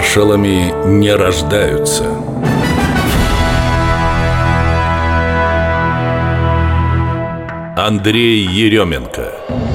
Маршалами не рождаются. Андрей Еременко.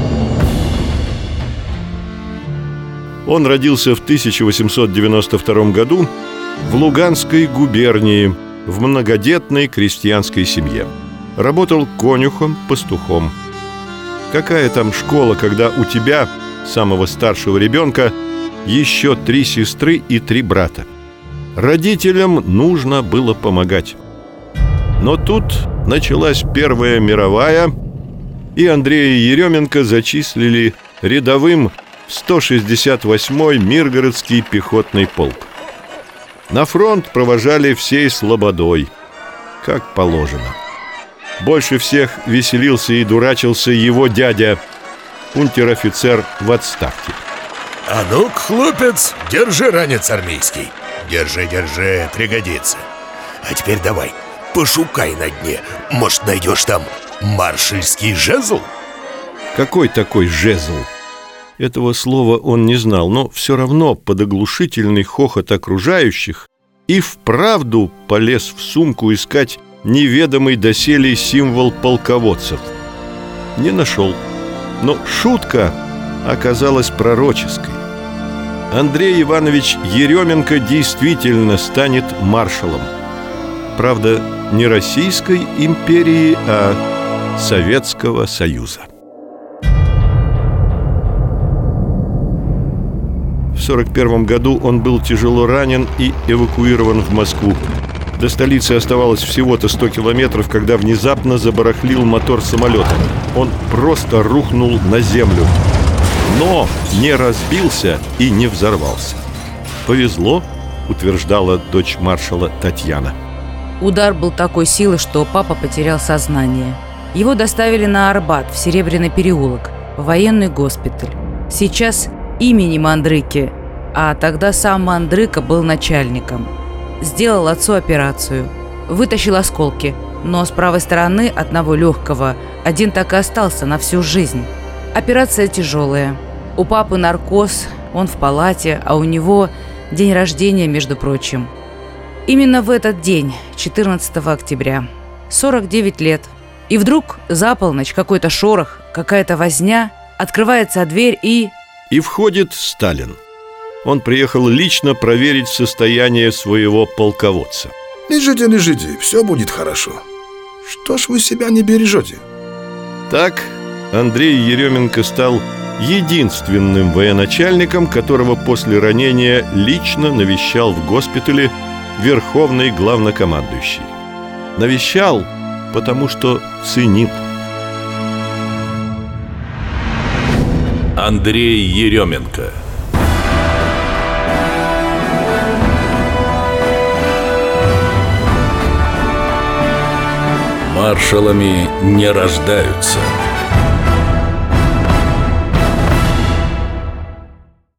Он родился в 1892 году в Луганской губернии в многодетной крестьянской семье. Работал конюхом, пастухом. Какая там школа, когда у тебя, самого старшего ребенка, еще 3 сестры и 3 брата? Родителям нужно было помогать. Но тут началась Первая мировая, и Андрея Еременко зачислили рядовым в 168-й Миргородский пехотный полк. На фронт провожали всей слободой, как положено. Больше всех веселился и дурачился его дядя, унтер-офицер в отставке. А ну-ка, хлопец, держи ранец армейский. Держи, держи, пригодится. А теперь давай, пошукай на дне. Может, найдешь там маршальский жезл? Какой такой жезл? Этого слова он не знал, но все равно под оглушительный хохот окружающих и вправду полез в сумку искать неведомый доселе символ полководцев. Не нашел, но шутка оказалась пророческой. Андрей Иванович Еременко действительно станет маршалом. Правда, не Российской империи, а Советского Союза. В 1941 году он был тяжело ранен и эвакуирован в Москву. До столицы оставалось всего-то 100 километров, когда внезапно забарахлил мотор самолета. Он просто рухнул на землю, но не разбился и не взорвался. Повезло, утверждала дочь маршала Татьяна. Удар был такой силы, что папа потерял сознание. Его доставили на Арбат, в Серебряный переулок, в военный госпиталь. Сейчас имени Мандрыки, а тогда сам Мандрыка был начальником. Сделал отцу операцию, вытащил осколки, но с правой стороны одного легкого один так и остался на всю жизнь. Операция тяжелая. У папы наркоз, он в палате, а у него день рождения, между прочим. Именно в этот день, 14 октября, 49 лет. И вдруг за полночь какой-то шорох, какая-то возня, открывается дверь и входит Сталин. Он приехал лично проверить состояние своего полководца. Лежите, лежите, все будет хорошо. Что ж вы себя не бережете? Так Андрей Еременко стал единственным военачальником, которого после ранения лично навещал в госпитале верховный главнокомандующий. Навещал, потому что ценил. Андрей Еременко. Маршалами не рождаются.